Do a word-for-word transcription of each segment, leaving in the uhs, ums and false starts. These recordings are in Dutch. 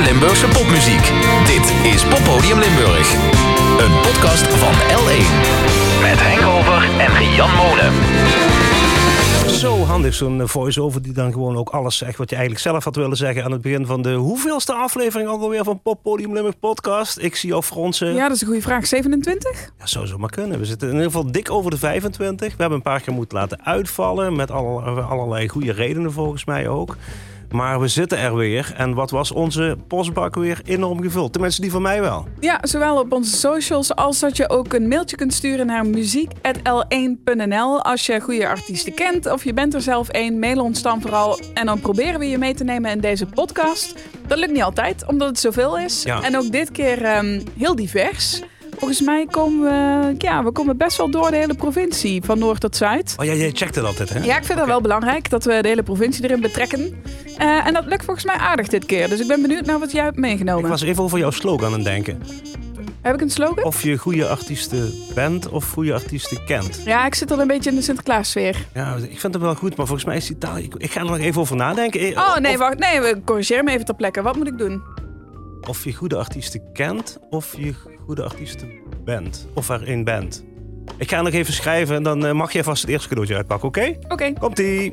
Limburgse popmuziek. Dit is Poppodium Limburg. Een podcast van L één. Met Henk Over en Rian Molen. Zo handig, zo'n voice-over die dan gewoon ook alles zegt wat je eigenlijk zelf had willen zeggen aan het begin van de hoeveelste aflevering ook alweer van Poppodium Limburg podcast. Ik zie jou fronsen. Ja, dat is een goede vraag. zevenentwintig? Ja, zou zo maar kunnen. We zitten in ieder geval dik over de vijfentwintig. We hebben een paar keer moeten laten uitvallen met alle, allerlei goede redenen volgens mij ook. Maar we zitten er weer. En wat was onze postbak weer enorm gevuld. Tenminste, die van mij wel. Ja, zowel op onze socials als dat je ook een mailtje kunt sturen naar muziek apenstaartje l één punt n l. Als je goede artiesten kent of je bent er zelf één, mail ons dan vooral. En dan proberen we je mee te nemen in deze podcast. Dat lukt niet altijd, omdat het zoveel is. Ja. En ook dit keer um, heel divers. Volgens mij komen we, ja, we komen best wel door de hele provincie, van noord tot zuid. Oh ja, jij checkt het altijd, hè? Ja, ik vind dat wel belangrijk, dat we de hele provincie erin betrekken. Uh, en dat lukt volgens mij aardig dit keer. Dus ik ben benieuwd naar wat jij hebt meegenomen. Ik was even over jouw slogan aan het denken. Heb ik een slogan? Of je goede artiesten bent of goede artiesten kent. Ja, ik zit al een beetje in de Sinterklaas-sfeer. Ja, ik vind het wel goed, maar volgens mij is die taal... Ik, ik ga er nog even over nadenken. Oh, nee, of, wacht. Nee, we corrigeren me even ter plekke. Wat moet ik doen? Of je goede artiesten kent of je goede artiesten bent. Of erin bent. Ik ga nog even schrijven en dan mag je vast het eerste cadeautje uitpakken, oké? Okay? Oké. Okay. Komt-ie!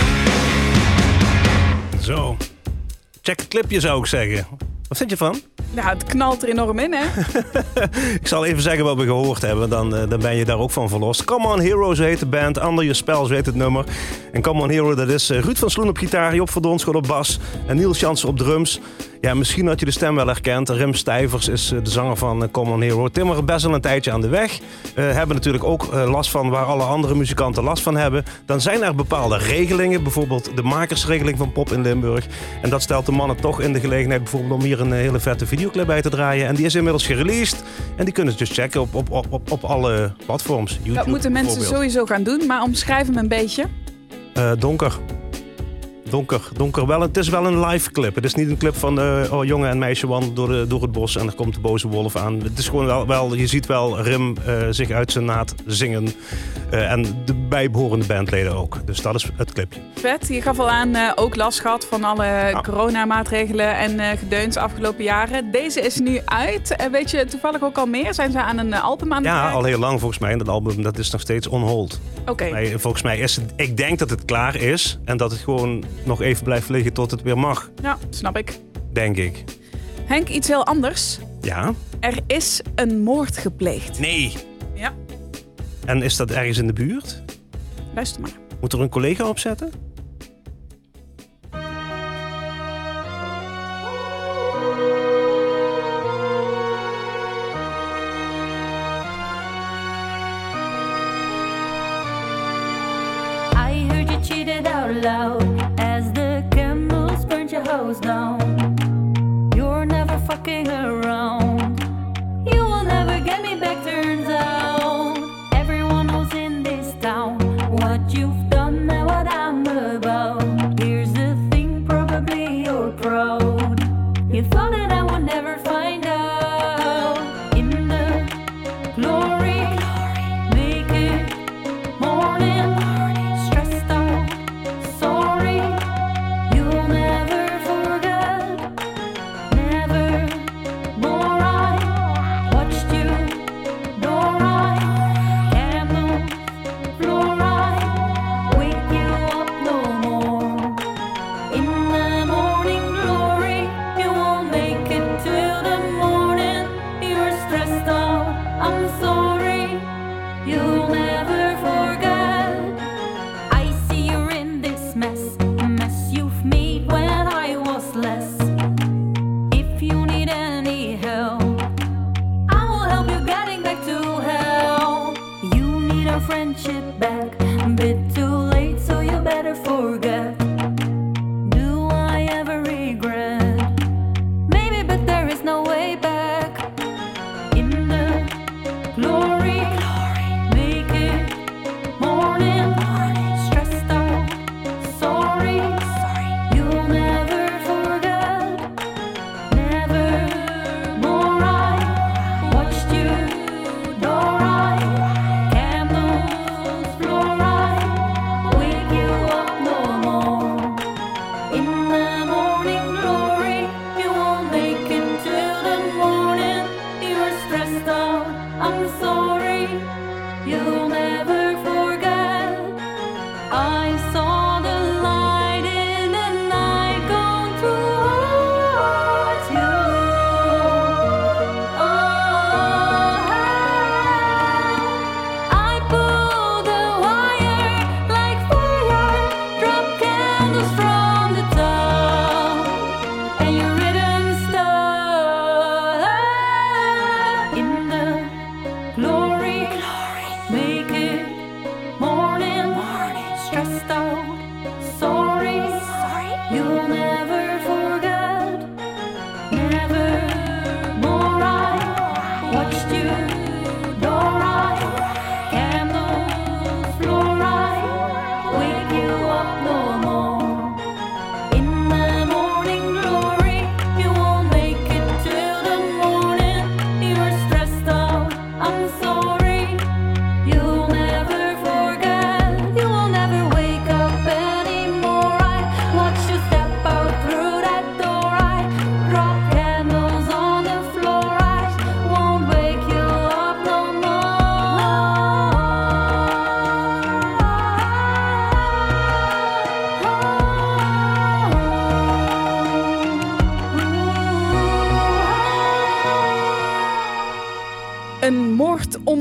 Check het clipje zou ik zeggen. Wat vind je van? Ja, het knalt er enorm in, hè? Ik zal even zeggen wat we gehoord hebben, dan, uh, dan ben je daar ook van verlost. Come On Hero, zo heet de band. Under Your Spell, zo heet het nummer. En Come On Hero, dat is uh, Ruud van Sloen op gitaar, Job Verdonschot op bas en Niels Jansen op drums. Ja, misschien had je de stem wel herkend. Rim Stijvers is uh, de zanger van uh, Come On Hero. Timmeren best wel een tijdje aan de weg. Uh, hebben natuurlijk ook uh, last van waar alle andere muzikanten last van hebben. Dan zijn er bepaalde regelingen. Bijvoorbeeld de makersregeling van Pop in Limburg. En dat stelt de mannen toch in de gelegenheid bijvoorbeeld om hier een uh, hele vette videoclip bij te draaien. En die is inmiddels gereleased. En die kunnen ze dus checken op, op, op, op, op alle platforms. YouTube, dat moeten mensen sowieso gaan doen. Maar omschrijf hem een beetje. Uh, donker. Donker, donker wel. Het is wel een live clip. Het is niet een clip van uh, oh, jongen en meisje wandelen door, de, door het bos en er komt de boze wolf aan. Het is gewoon wel, wel je ziet wel Rim uh, zich uit zijn naad zingen. Uh, en de bijbehorende bandleden ook. Dus dat is het clipje. Vet, je gaf al aan uh, ook last gehad van alle ja. coronamaatregelen en uh, gedeuns afgelopen jaren. Deze is nu uit. Uh, weet je toevallig ook al meer? Zijn ze aan een uh, album aan het Ja, werken? al heel lang volgens mij. En dat album dat is nog steeds on hold. Oké. Okay. Volgens mij is het, ik denk dat het klaar is en dat het gewoon nog even blijft liggen tot het weer mag. Ja, snap ik. Denk ik. Henk, iets heel anders. Ja? Er is een moord gepleegd. Nee. Ja. En is dat ergens in de buurt? Luister maar. Moet er een collega opzetten? I heard you cheated out loud as the candles burned your hose down. You're never fucking around. You will never get me back, turns out. Everyone knows in this town what you've done and what I'm about. Here's the thing, probably you're proud. You thought that I would never find out. In the glory, naked morning, stressed out, sorry. You'll never forget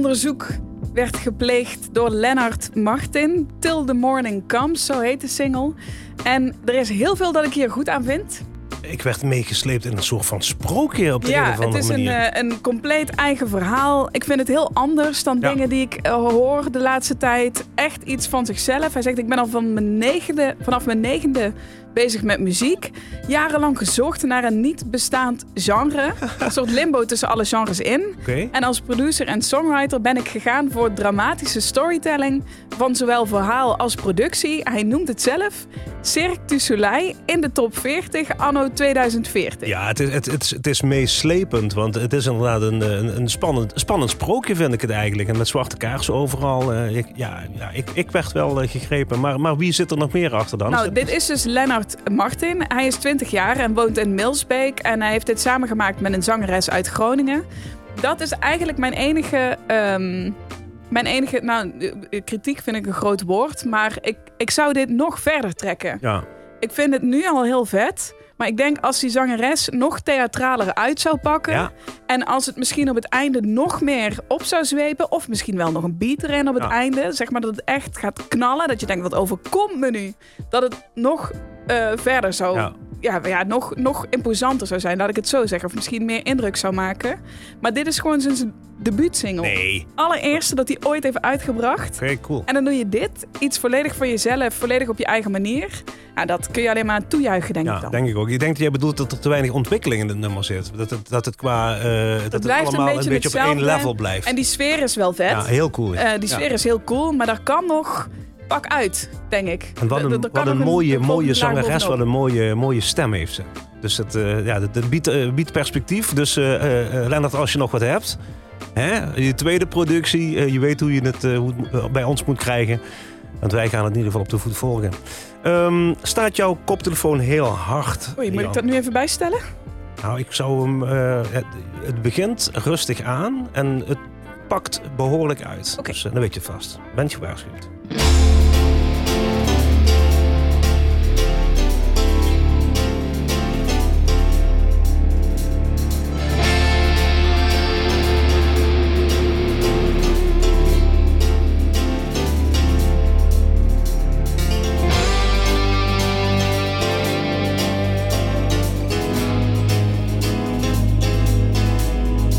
onderzoek werd gepleegd door Leonard Martin. Till the Morning Comes, zo heet de single. En er is heel veel dat ik hier goed aan vind. Ik werd meegesleept in een soort van sprookje op de ja, een of andere het is manier. een, uh, een compleet eigen verhaal. Ik vind het heel anders dan Ja. dingen die ik uh, hoor de laatste tijd. Echt iets van zichzelf. Hij zegt, ik ben al van mijn negende, vanaf mijn negende bezig met muziek. Jarenlang gezocht naar een niet bestaand genre. Een soort limbo tussen alle genres in. Oké. En als producer en songwriter ben ik gegaan voor dramatische storytelling van zowel verhaal als productie. Hij noemt het zelf Cirque du Soleil in de top veertig anno tweeduizend veertig. Ja, het is, het, het, is, het is meeslepend, want het is inderdaad een, een, een spannend, spannend sprookje, vind ik het eigenlijk. En met zwarte kaarsen overal. Uh, ik, ja, ja ik, ik werd wel uh, gegrepen. Maar, maar wie zit er nog meer achter dan? Nou, dit is dus Leonard Martin. Hij is twintig jaar en woont in Milsbeek. En hij heeft dit samengemaakt met een zangeres uit Groningen. Dat is eigenlijk mijn enige... Um, mijn enige... Nou, kritiek vind ik een groot woord. Maar ik, ik zou dit nog verder trekken. Ja. Ik vind het nu al heel vet. Maar ik denk als die zangeres nog theatraler uit zou pakken. Ja. En als het misschien op het einde nog meer op zou zwepen. Of misschien wel nog een beat erin op het Ja. einde. Zeg maar dat het echt gaat knallen. Dat je denkt, wat overkomt me nu? Dat het nog uh, verder zou... Ja. Ja, ja nog, nog imposanter zou zijn, laat ik het zo zeggen. Of misschien meer indruk zou maken. Maar dit is gewoon zijn debuutsingle. Nee. Allereerste dat hij ooit heeft uitgebracht. Oké, cool. En dan doe je dit, iets volledig van jezelf, volledig op je eigen manier. Nou, dat kun je alleen maar toejuichen, denk ik Ja, dan. denk ik ook. Ik denk dat jij bedoelt dat er te weinig ontwikkeling in het nummer zit. Dat het, dat het qua... Uh, dat het blijft een allemaal beetje een beetje op één hetzelfde. level blijft. En die sfeer is wel vet. Ja, heel cool. Uh, die sfeer Ja. is heel cool, maar daar kan nog... Pak uit, denk ik. En wat Er- een, er kan wat nog een mooie, mooie volgende laag zangeres, bovenop. wat een mooie, mooie stem heeft ze. Dus het, uh, ja, dat, dat biedt, uh, biedt perspectief. Dus uh, uh, Lennart, als je nog wat hebt, hè, je tweede productie, uh, je weet hoe je het uh, hoe het, uh, bij ons moet krijgen. Want wij gaan het in ieder geval op de voet volgen. Um, staat jouw koptelefoon heel hard? Oei, moet ik Jan? dat nu even bijstellen? Nou, ik zou hem... Uh, het, het begint rustig aan en het pakt behoorlijk uit. Oké. Dus uh, dan weet je het vast. Bent je gewaarschuwd.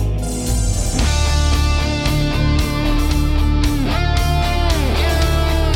Thank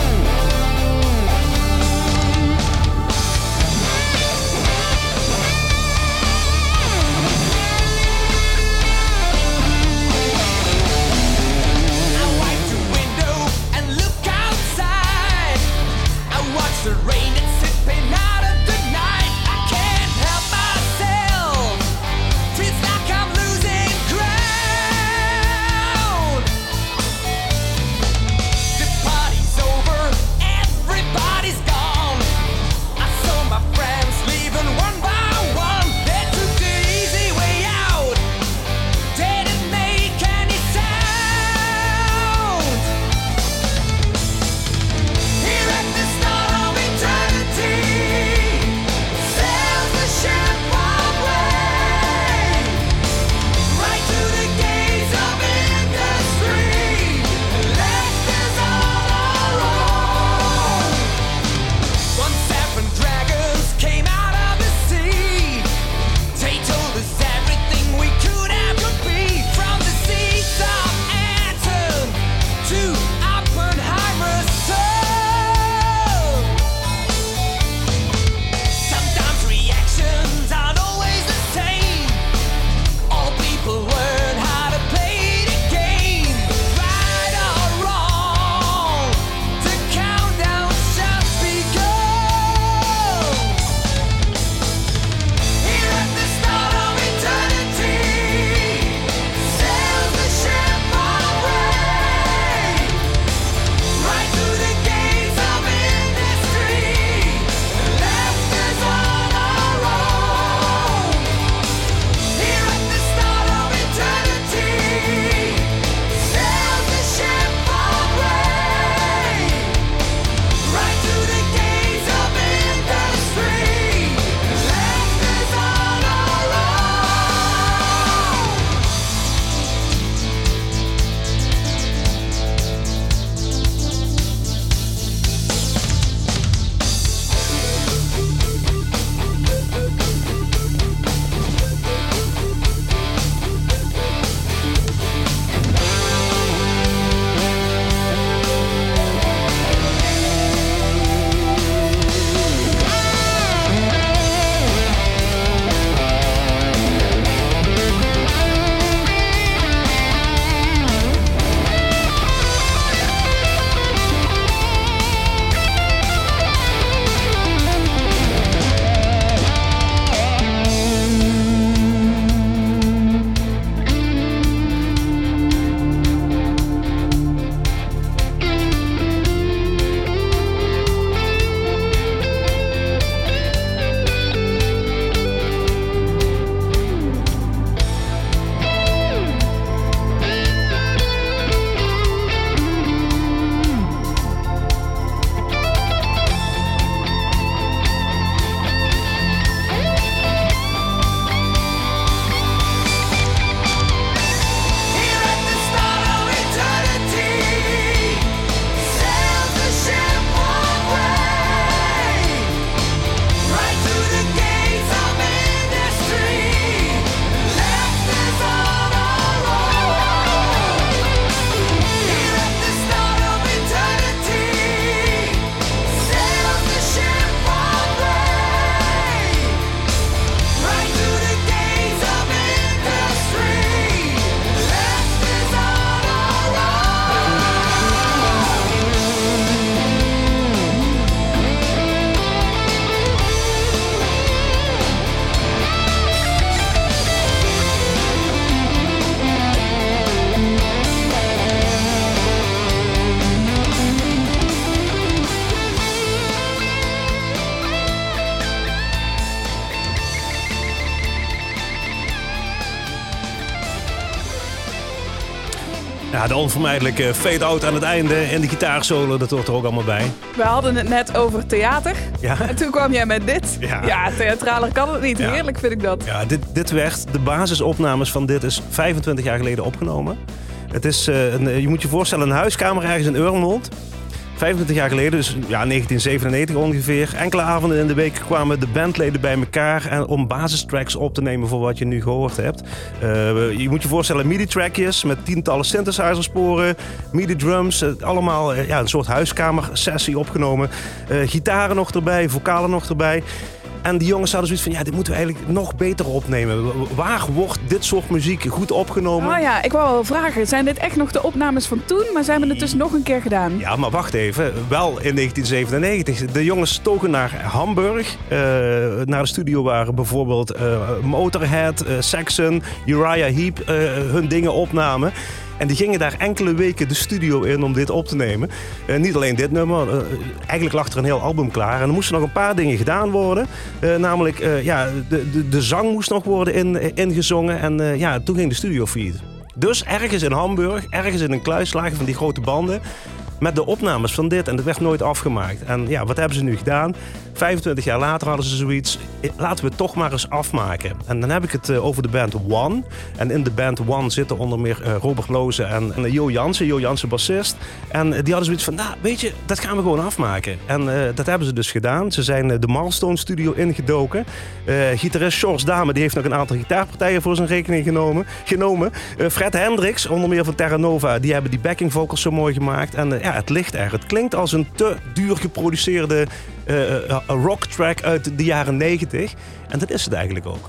Ja, de onvermijdelijke fade-out aan het einde en de gitaarsolo, dat hoort er ook allemaal bij. We hadden het net over theater. Ja. En toen kwam jij met dit. Ja. Ja, theatraler kan het niet. Ja. Heerlijk vind ik dat. Ja, dit, dit werd, de basisopnames van dit is vijfentwintig jaar geleden opgenomen. Het is, uh, een, je moet je voorstellen, een huiskamer ergens in Urmond. vijfentwintig jaar geleden, dus ja, negentien zevenennegentig ongeveer. Enkele avonden in de week kwamen de bandleden bij elkaar en om basistracks op te nemen voor wat je nu gehoord hebt. Uh, je moet je voorstellen midi-trackjes met tientallen synthesizersporen, midi-drums. Uh, allemaal uh, ja, een soort huiskamersessie opgenomen. Uh, gitaren nog erbij, vocalen nog erbij. En die jongens hadden zoiets van, ja, dit moeten we eigenlijk nog beter opnemen. Waar wordt dit soort muziek goed opgenomen? Oh ja, ik wou wel vragen. Zijn dit echt nog de opnames van toen? Maar zijn we het dus nog een keer gedaan? Ja, maar wacht even. Wel in negentien zevenennegentig. De jongens togen naar Hamburg. Uh, naar de studio waar bijvoorbeeld uh, Motorhead, uh, Saxon, Uriah Heep uh, hun dingen opnamen. En die gingen daar enkele weken de studio in om dit op te nemen. Uh, niet alleen dit nummer. Uh, eigenlijk lag er een heel album klaar. En er moesten nog een paar dingen gedaan worden. Uh, namelijk, uh, ja, de, de, de zang moest nog worden in, ingezongen. En uh, ja, toen ging de studio failliet. Dus ergens in Hamburg, ergens in een kluis lagen van die grote banden met de opnames van dit. En dat werd nooit afgemaakt. En ja, wat hebben ze nu gedaan? vijfentwintig jaar later hadden ze zoiets. Laten we het toch maar eens afmaken. En dan heb ik het over de band One. En in de band One zitten onder meer Robert Loze en, en Jo Jansen. Jo Jansen, bassist. En die hadden zoiets van, nou, weet je, dat gaan we gewoon afmaken. En uh, dat hebben ze dus gedaan. Ze zijn de Milestone Studio ingedoken. Uh, gitarist Sjors Dame, die heeft nog een aantal gitaarpartijen voor zijn rekening genomen. genomen. Uh, Fred Hendricks, onder meer van Terra Nova, die hebben die backing vocals zo mooi gemaakt. En uh, ja, het ligt er. Het klinkt als een te duur geproduceerde Uh, een rocktrack uit de jaren negentig. En dat is het eigenlijk ook.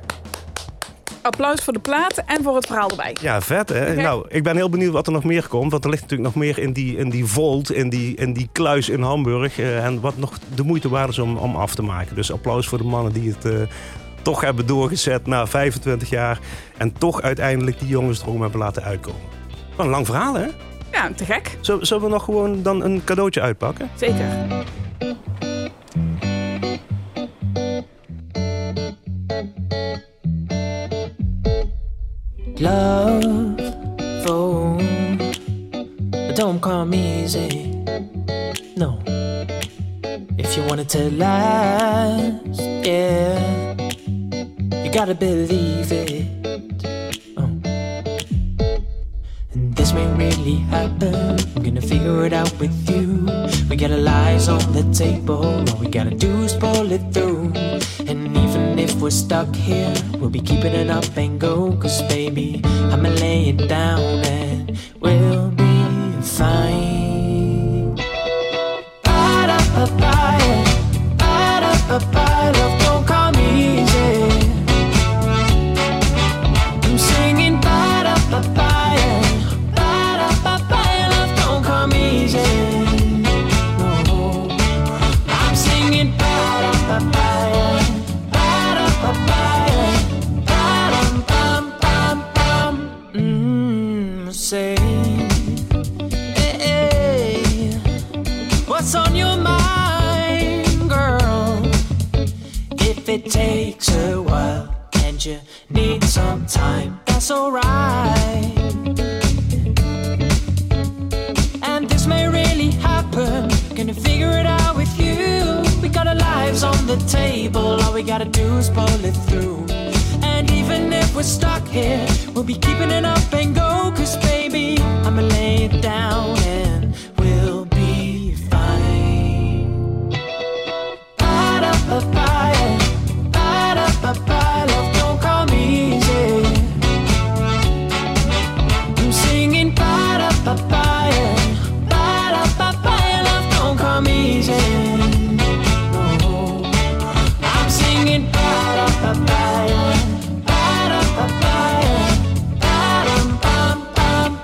Applaus voor de plaat en voor het verhaal erbij. Ja, vet hè. Okay. Nou, ik ben heel benieuwd wat er nog meer komt. Want er ligt natuurlijk nog meer in die, in die vault, in die, in die kluis in Hamburg. Uh, en wat nog de moeite waard is om, om af te maken. Dus applaus voor de mannen die het uh, toch hebben doorgezet na vijfentwintig jaar. En toch uiteindelijk die jongens erom hebben laten uitkomen. Wat een lang verhaal hè? Ja, te gek. Zullen, zullen we nog gewoon dan een cadeautje uitpakken? Zeker. Love, phone, don't come easy. No, if you want it to last, yeah, you gotta believe it. Oh. And this may really happen. I'm gonna figure it out with you. We got our lies on the table. All we gotta do is pull it through. And even if we're stuck here, we'll be keeping it up and go. Cause baby, I'ma lay it down and we'll be fine. Ba-da-ba-ba, ba-da-ba-ba, love don't come easy. I'm singing ba-da-ba-ba, ba-da-ba-ba, love don't come easy. No, I'm singing ba-da-ba-ba. Say, hey, hey, what's on your mind, girl? If it takes a while and you need some time, that's alright. And this may really happen. Gonna figure it out with you. We got our lives on the table. All we gotta do is pull it through. And even if we're stuck here, we'll be keeping it up and go. Cause baby, I'ma lay it down and we'll be fine. Ba-da-ba-ba, ba-da-ba-ba, love don't come easy. I'm singing ba-da-ba-ba, ba-da-ba-ba, love don't come easy. No, I'm singing ba-da-ba-ba.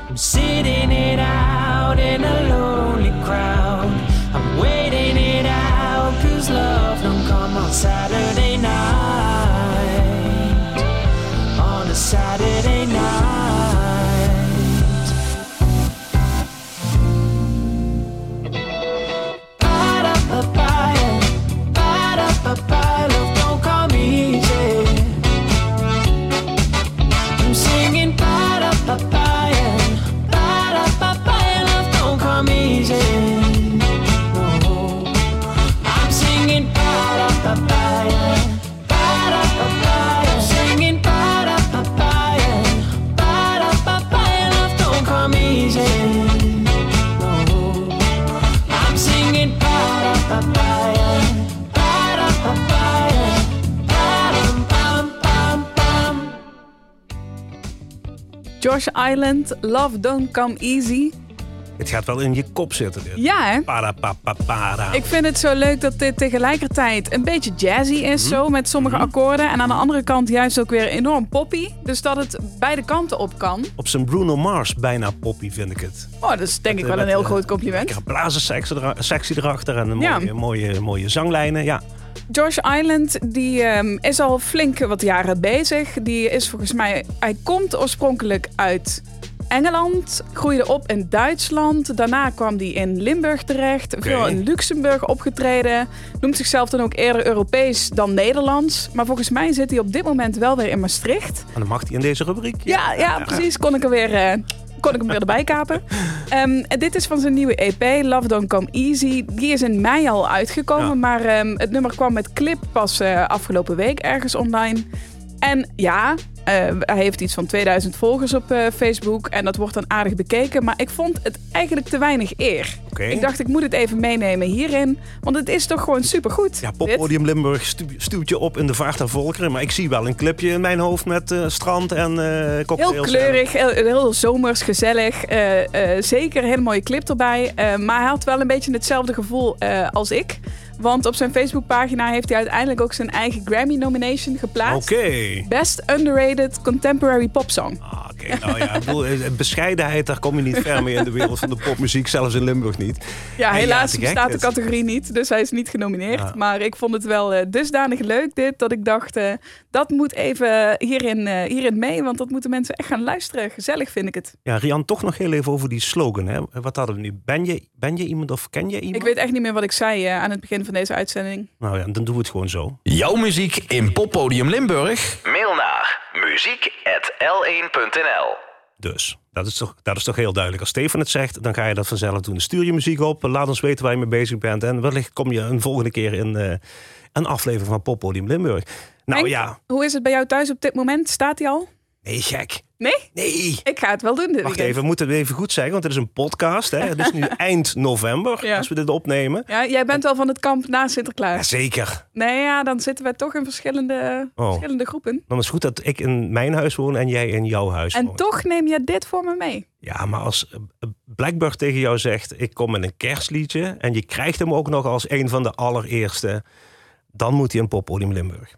Josh Island, Love Don't Come Easy. Het gaat wel in je kop zitten. Dit. Ja, hè? Para, pa, pa, para. Ik vind het zo leuk dat dit tegelijkertijd een beetje jazzy is, mm-hmm. zo, met sommige mm-hmm. akkoorden. En aan de andere kant juist ook weer enorm poppy. Dus dat het beide kanten op kan. Op zijn Bruno Mars bijna poppy, vind ik het. Oh, dat is denk met, ik wel met, een heel uh, groot compliment. Een blazerssectie erachter en een mooie, Ja. mooie, mooie zanglijnen, ja. Josh Island die, um, is al flink wat jaren bezig. Die is volgens mij... Hij komt oorspronkelijk uit Engeland, groeide op in Duitsland. Daarna kwam hij in Limburg terecht. Okay. Veel in Luxemburg opgetreden. Noemt zichzelf dan ook eerder Europees dan Nederlands. Maar volgens mij zit hij op dit moment wel weer in Maastricht. En dan mag hij in deze rubriek. Ja, ja, ja precies. Kon ik er weer... Uh, kon ik hem weer erbij kapen. Um, dit is van zijn nieuwe E P, Love Don't Come Easy. Die is in mei al uitgekomen, ja. maar um, het nummer kwam met clip pas uh, afgelopen week ergens online. En ja, uh, hij heeft iets van tweeduizend volgers op uh, Facebook en dat wordt dan aardig bekeken. Maar ik vond het eigenlijk te weinig eer. Okay. Ik dacht, ik moet het even meenemen hierin, want het is toch gewoon supergoed. Ja, Poppodium Limburg stu- stuwt je op in de vaart der volkeren. Maar ik zie wel een clipje in mijn hoofd met uh, strand en uh, cocktails. Heel kleurig, heel, heel zomers, gezellig. Uh, uh, zeker een hele mooie clip erbij. Uh, maar hij had wel een beetje hetzelfde gevoel uh, als ik. Want op zijn Facebookpagina heeft hij uiteindelijk ook zijn eigen Grammy-nomination geplaatst. Oké. Okay. Best Underrated Contemporary Pop Song. Ah, Oké, okay. nou ja, ik bedoel, bescheidenheid, daar kom je niet ver mee in de wereld van de popmuziek. Zelfs in Limburg niet. Ja, helaas ja, bestaat de categorie niet. Dus hij is niet genomineerd. Ja. Maar ik vond het wel uh, dusdanig leuk dit, dat ik dacht... Uh, dat moet even hierin, uh, hierin mee. Want dat moeten mensen echt gaan luisteren. Gezellig vind ik het. Ja, Rian, toch nog heel even over die slogan. Hè? Wat hadden we nu? Ben je, ben je iemand of ken je iemand? Ik weet echt niet meer wat ik zei uh, aan het begin van deze uitzending. Nou ja, dan doen we het gewoon zo. Jouw muziek in Poppodium Limburg? Mail naar muziek at l één punt n l. Dus, dat is, toch, dat is toch heel duidelijk. Als Stefan het zegt, dan ga je dat vanzelf doen. Stuur je muziek op, laat ons weten waar je mee bezig bent. En wellicht kom je een volgende keer in uh, een aflevering van Poppodium Limburg. Nou Henk, ja. Hoe is het bij jou thuis op dit moment? Staat hij al? Nee, gek. Nee? Nee. Ik ga het wel doen dit Wacht weekend. even, we moeten het even goed zeggen, want het is een podcast. Hè? Het is nu eind november, ja. als we dit opnemen. Ja, jij bent wel van het kamp na Sinterklaas. Ja, zeker. Nee, ja, dan zitten we toch in verschillende, oh. verschillende groepen. Dan is het goed dat ik in mijn huis woon en jij in jouw huis en woont. En toch neem je dit voor me mee. Ja, maar als Blackbird tegen jou zegt, ik kom met een kerstliedje... en je krijgt hem ook nog als een van de allereerste... dan moet hij in Poppodium Limburg.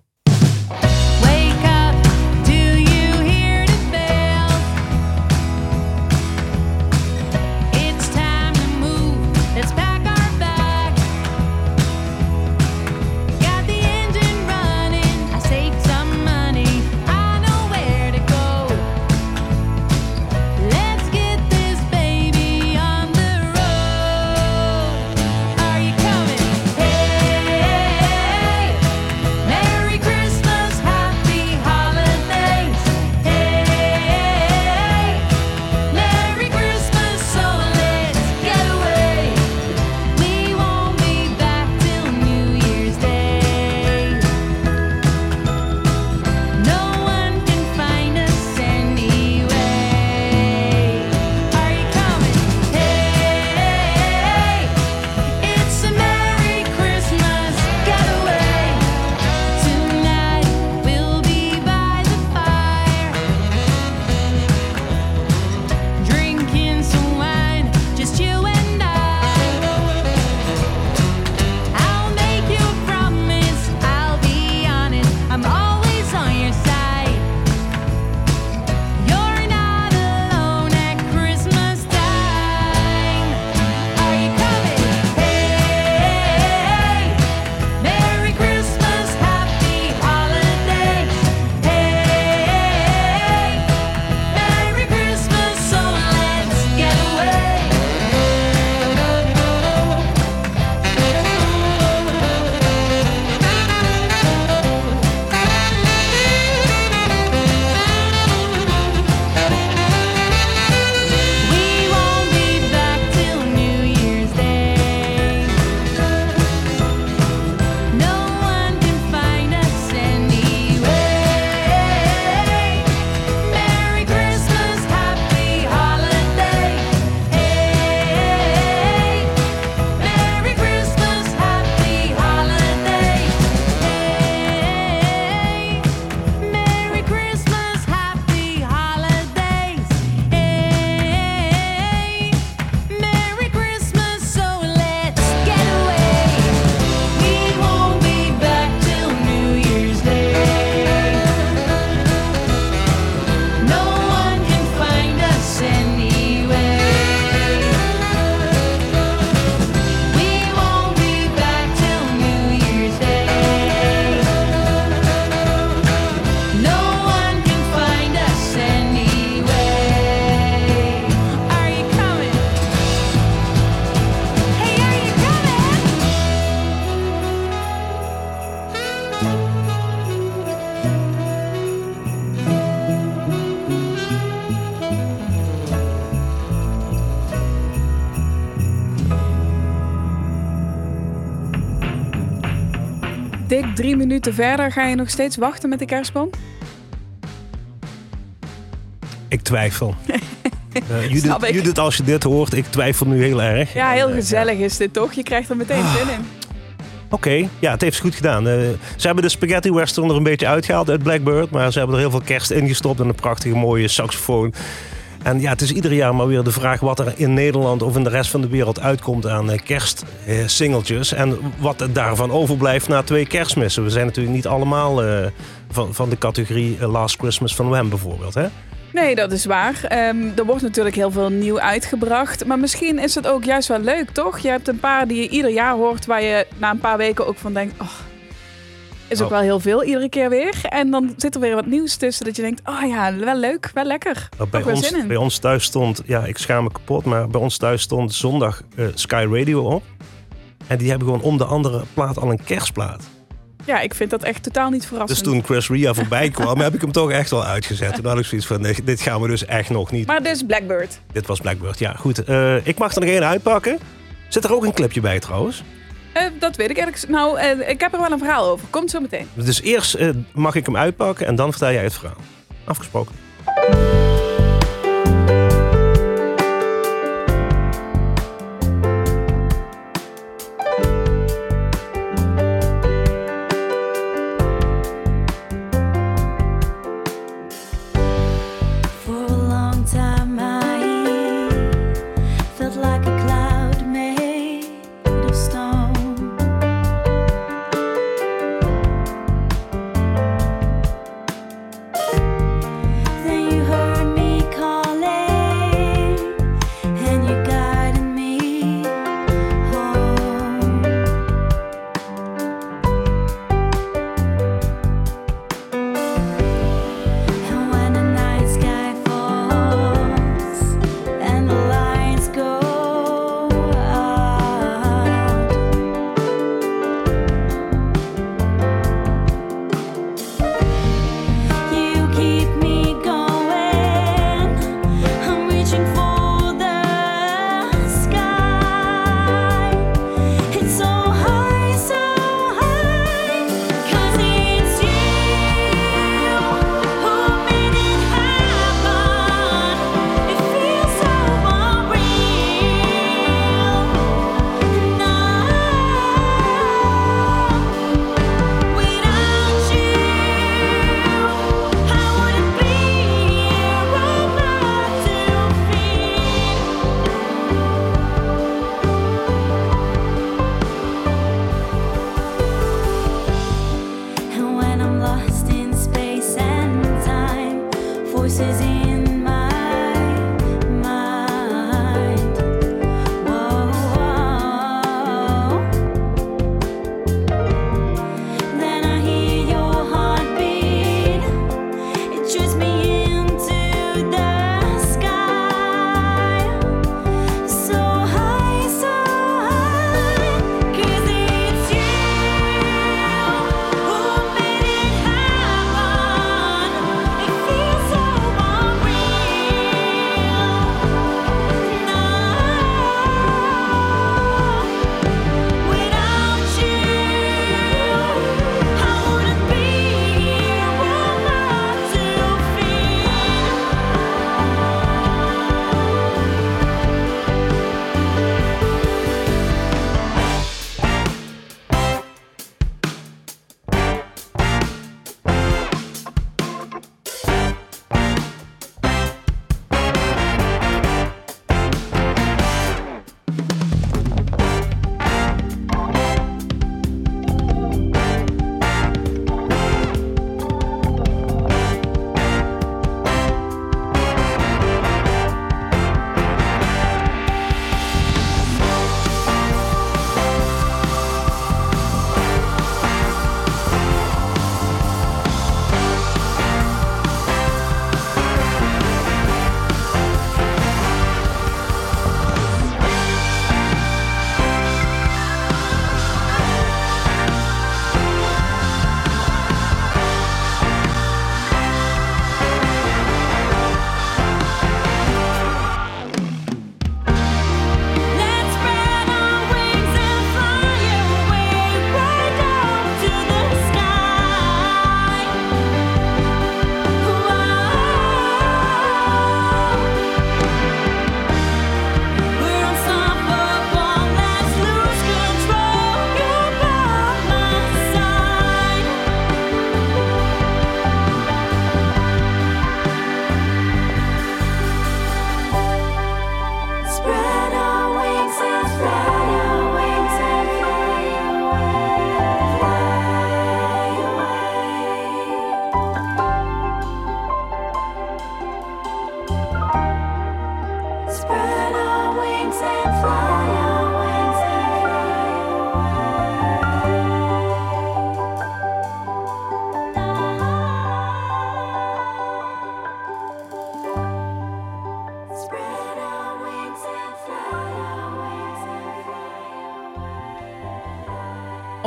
Merry Dik drie minuten verder, ga je nog steeds wachten met de kerstboom? Ik twijfel. Uh, Snap Judith, ik. Judith, als je dit hoort, ik twijfel nu heel erg. Ja, heel En, uh, gezellig is dit toch? Je krijgt er meteen Ah. zin in. Oké, okay. Ja, het heeft ze goed gedaan. Uh, ze hebben de spaghetti western er een beetje uitgehaald uit Blackbird. Maar ze hebben er heel veel kerst in gestopt en een prachtige mooie saxofoon. En ja, het is ieder jaar maar weer de vraag wat er in Nederland of in de rest van de wereld uitkomt aan uh, kerstsingeltjes. En wat er daarvan overblijft na twee kerstmissen. We zijn natuurlijk niet allemaal uh, van, van de categorie uh, Last Christmas van Wham bijvoorbeeld, hè? Nee, dat is waar. Um, er wordt natuurlijk heel veel nieuw uitgebracht. Maar misschien is het ook juist wel leuk, toch? Je hebt een paar die je ieder jaar hoort waar je na een paar weken ook van denkt... Oh, is ook Oh. wel heel veel, iedere keer weer. En dan zit er weer wat nieuws tussen dat je denkt... Oh ja, wel leuk, wel lekker. Nou, bij, Ook weer ons, zin in. bij ons thuis stond, ja, ik schaam me kapot, maar bij ons thuis stond zondag uh, Sky Radio op. En die hebben gewoon om de andere plaat al een kerstplaat. Ja, ik vind dat echt totaal niet Dus verrassend. toen Chris Ria voorbij kwam, heb ik hem toch echt wel uitgezet. Toen had ik zoiets van, nee, dit gaan we dus echt nog niet. Maar dus Blackbird. Dit was Blackbird, ja goed. Uh, ik mag er nog één uitpakken. Zit er ook een clipje bij trouwens? Uh, dat weet ik eigenlijk. Nou, uh, ik heb er wel een verhaal over. Komt zo meteen. Dus eerst uh, mag ik hem uitpakken en dan vertel jij het verhaal. Afgesproken. For a long time I felt like a cloud made of stone. Then you heard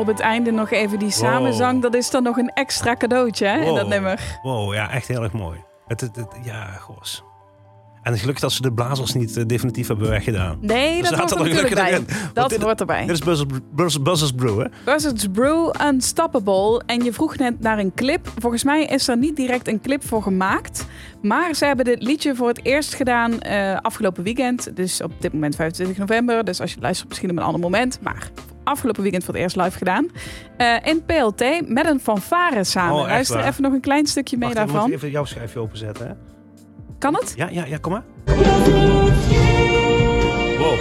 op het einde nog even die samenzang. Wow. Dat is dan nog een extra cadeautje, hè, in Wow. dat nummer. Wow, ja, echt heel erg mooi. Het, het, het, ja, gos. En gelukkig dat ze de blazers niet uh, definitief hebben weggedaan. Nee, dat Zaten hoort er er natuurlijk gelukkig bij. nog in. Dat Want dit- hoort erbij. Dit is Buzzers, Buzzers, Buzzers Brew, hè? Buzzards Brew Unstoppable. En je vroeg net naar een clip. Volgens mij is er niet direct een clip voor gemaakt. Maar ze hebben dit liedje voor het eerst gedaan uh, afgelopen weekend. Dus op dit moment vijfentwintig november. Dus als je luistert misschien op een ander moment. Maar afgelopen weekend voor het eerst live gedaan. Uh, in P L T met een fanfare samen. Oh, echt Luister waar? even nog een klein stukje mee Wacht, ik daarvan. moet even jouw schijfje openzetten, hè? Kan het? Ja, ja, ja, kom maar. Wow.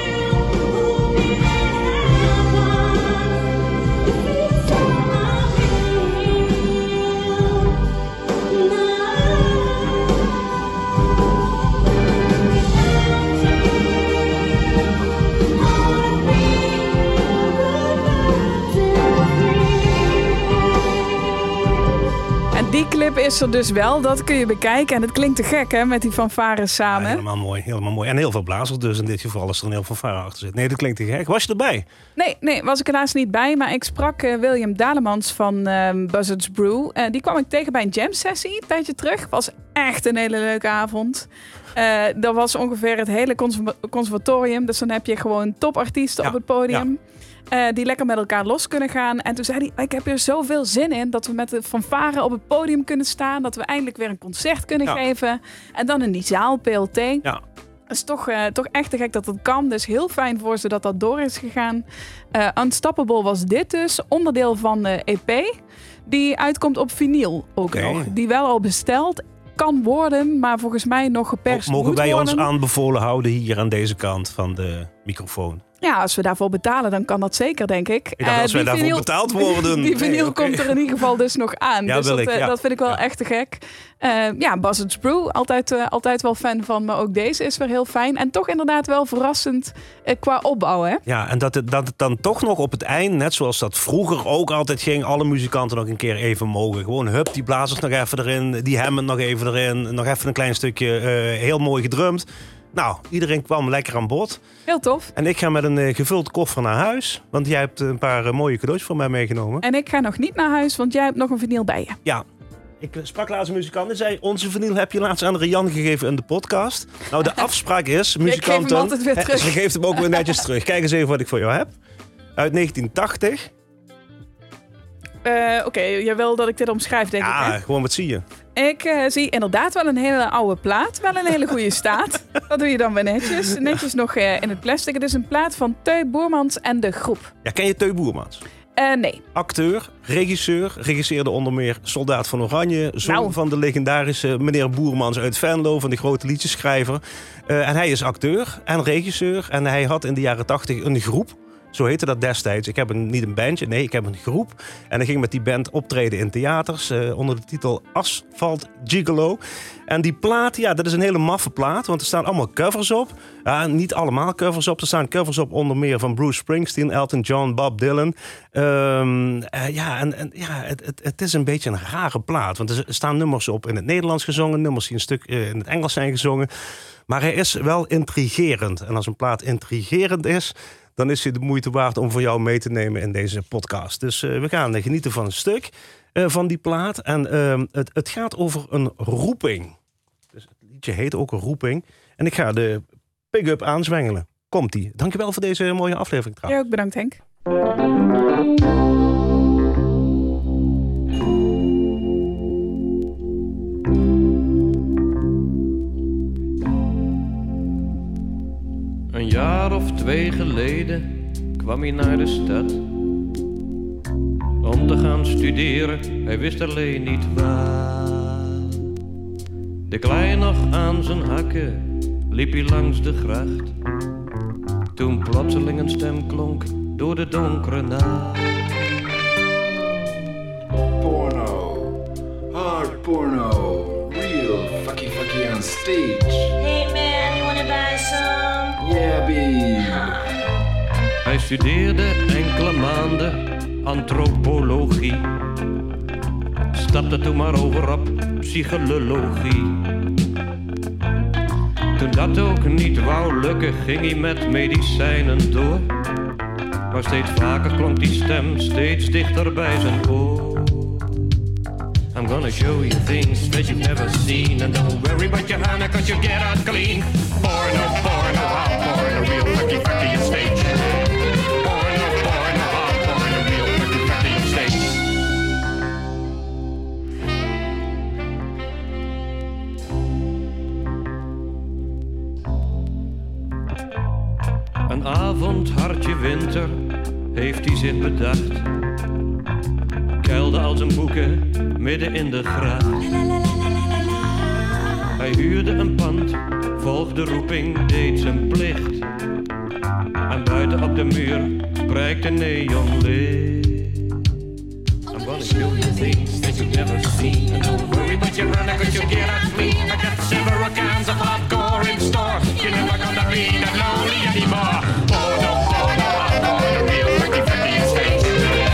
Die clip is er dus wel, dat kun je bekijken. En het klinkt te gek, hè, met die fanfares Ja, samen. helemaal mooi, helemaal mooi. En heel veel blazers dus in dit geval, als er een heel fanfare achter zit. Nee, dat klinkt te gek. Was je erbij? Nee, nee, was ik helaas niet bij. Maar ik sprak uh, William Dalemans van uh, Buzzards Brew. Uh, die kwam ik tegen bij een jam sessie een tijdje terug. Was echt een hele leuke avond. Uh, dat was ongeveer het hele conserva- conservatorium. Dus dan heb je gewoon topartiesten Ja, op het podium. Uh, die lekker met elkaar los kunnen gaan. En toen zei hij, ik heb er zoveel zin in dat we met de fanfare op het podium kunnen staan. Dat we eindelijk weer een concert kunnen Ja. geven. En dan in die zaal, P L T. Ja. Het is toch, uh, toch echt te gek dat het kan. Dus heel fijn voor ze dat dat door is gegaan. Uh, Unstoppable was dit dus. Onderdeel van de E P. Die uitkomt op vinyl ook Oké. nog. Die wel al besteld kan worden. Maar volgens mij nog geperst Mogen moet wij worden. ons aanbevolen houden hier aan deze kant van de microfoon? Ja, als we daarvoor betalen, dan kan dat zeker, denk ik. Ik dacht, Uh, als wij die daarvoor vinyl- betaald worden. Die vinyl Nee, oké. komt er in ieder geval dus nog aan. Ja, dus wil dat, ik, uh, ja. dat vind ik wel Ja. echt te gek. Uh, ja, Buzzards Brew, altijd, uh, altijd wel fan van. Maar ook deze is weer heel fijn. En toch inderdaad wel verrassend uh, qua opbouw, hè? Ja, en dat het, dat het dan toch nog op het eind, net zoals dat vroeger ook altijd ging, alle muzikanten nog een keer even mogen. Gewoon hup, die blazers nog even erin, die Hammond nog even erin, nog even een klein stukje uh, heel mooi gedrumd. Nou, iedereen kwam lekker aan bod. Heel tof. En ik ga met een uh, gevuld koffer naar huis, want jij hebt een paar uh, mooie cadeautjes voor mij meegenomen. En ik ga nog niet naar huis, want jij hebt nog een vinyl bij je. Ja, ik sprak laatst een muzikant en zei, onze vinyl heb je laatst aan Rian gegeven in de podcast. Nou, de afspraak is, muzikanten... hem altijd weer eh, terug. Ze geeft hem ook weer netjes terug. Kijk eens even wat ik voor jou heb. Uit negentien tachtig. Uh, Oké, okay, je wil dat ik dit omschrijf, denk Ja, ik, hè? gewoon wat zie je? Ik uh, zie inderdaad wel een hele oude plaat. Wel een hele goede staat. Dat doe je dan weer netjes. Netjes nog uh, in het plastic. Het is een plaat van Teu Boermans en De Groep. Ja, ken je Teu Boermans? Uh, nee. Acteur, regisseur, regisseerde onder meer Soldaat van Oranje, zoon Nou. van de legendarische meneer Boermans uit Venlo, van de grote liedjesschrijver. Uh, en hij is acteur en regisseur en hij had in de jaren tachtig een groep. Zo heette dat destijds. Ik heb een, niet een bandje, nee, ik heb een groep. En hij ging met die band optreden in theaters uh, onder de titel Asphalt Gigolo. En die plaat, ja, dat is een hele maffe plaat, want er staan allemaal covers op. Ja, niet allemaal covers op. Er staan covers op onder meer van Bruce Springsteen, Elton John, Bob Dylan. Um, uh, ja, en, en ja, het, het, het is een beetje een rare plaat. Want er staan nummers op in het Nederlands gezongen, nummers die een stuk uh, in het Engels zijn gezongen. Maar hij is wel intrigerend. En als een plaat intrigerend is, dan is het de moeite waard om voor jou mee te nemen in deze podcast. Dus uh, we gaan uh, genieten van een stuk uh, van die plaat. En uh, het, het gaat over een roeping. Dus het liedje heet ook een roeping. En ik ga de pick-up aanzwengelen. Komt-ie. Dankjewel voor deze mooie aflevering Ja, trouwens. ook bedankt, Henk. Een jaar of twee geleden kwam hij naar de stad om te gaan studeren, hij wist alleen niet waar. De klei nog aan zijn hakken liep hij langs de gracht, toen plotseling een stem klonk door de donkere nacht. Porno, hard porno, real fucky fucky on stage. Hey man, you wanna buy some? Yeah, babe. Hij studeerde enkele maanden antropologie, stapte toen maar over op psychologie. Toen dat ook niet wou lukken, ging hij met medicijnen door. Maar steeds vaker klonk die stem steeds dichter bij zijn oor. I'm gonna show you things that you've never seen. And don't worry about your honey, cause you get out clean. Porno, porno, hot porn, a real fucky fucky stage. Porno, porno, hot porn, a real fucky fucky stage. Een avond, hartje winter, heeft hij zich bedacht. Kuilde al zijn boeken midden in de gracht. Hij huurde een pand, volgde roeping, deed zijn plicht. En buiten op de muur prijkte neonlicht. I'm gonna show you things that you've never seen. And don't worry about your runner, cause you'll get out clean. I got several cans of hardcore in store. You're never gonna be that lonely anymore. Oh no, oh no, hardcore, the real fucky fucky stage.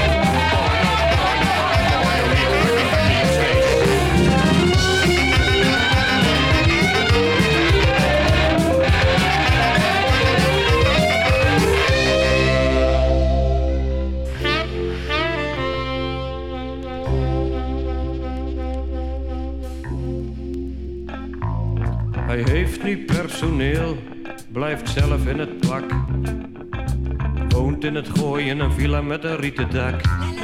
Hij heeft nu personeel, blijft zelf in het pak. Woont in het gooien een villa met een rieten dak.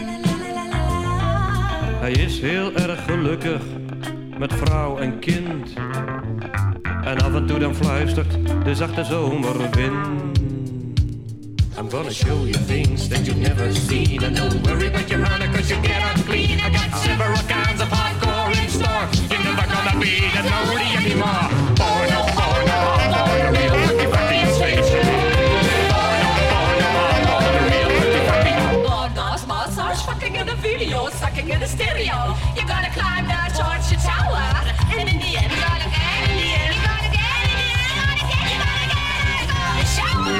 Hij is heel erg gelukkig met vrouw en kind. En af en toe dan fluistert de zachte zomerwind. I'm gonna show you things that you've never seen. And don't worry about your honey, cause you get out clean. I got several kinds of hardcore in store. You're never gonna be that lonely anymore. Porno, porno, porno, real fucky fucky stage. Porno, porno, porno, real fucky fucky. Pornos, massage, fucking in the video, sucking in the stereo. You gotta climb that torture tower. And in the end, you gotta get in the end. You gotta get in the end. You gotta get, you gotta get out of the shower.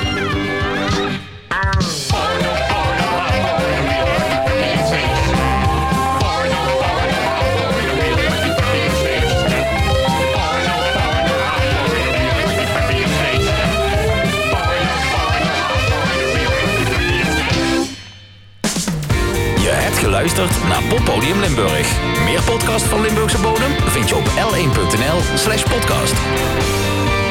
Porno, porno, porno, real fucky fucky stage. Porno, porno, porno, real fucky fucky stage. Porno, porno, porno, real fucky fucky stage. Porno, porno, porno, real fucky fucky stage. Je hebt geluisterd naar Poppodium Limburg. Meer podcast van Limburgse bodem vind je op l één punt n l slash podcast.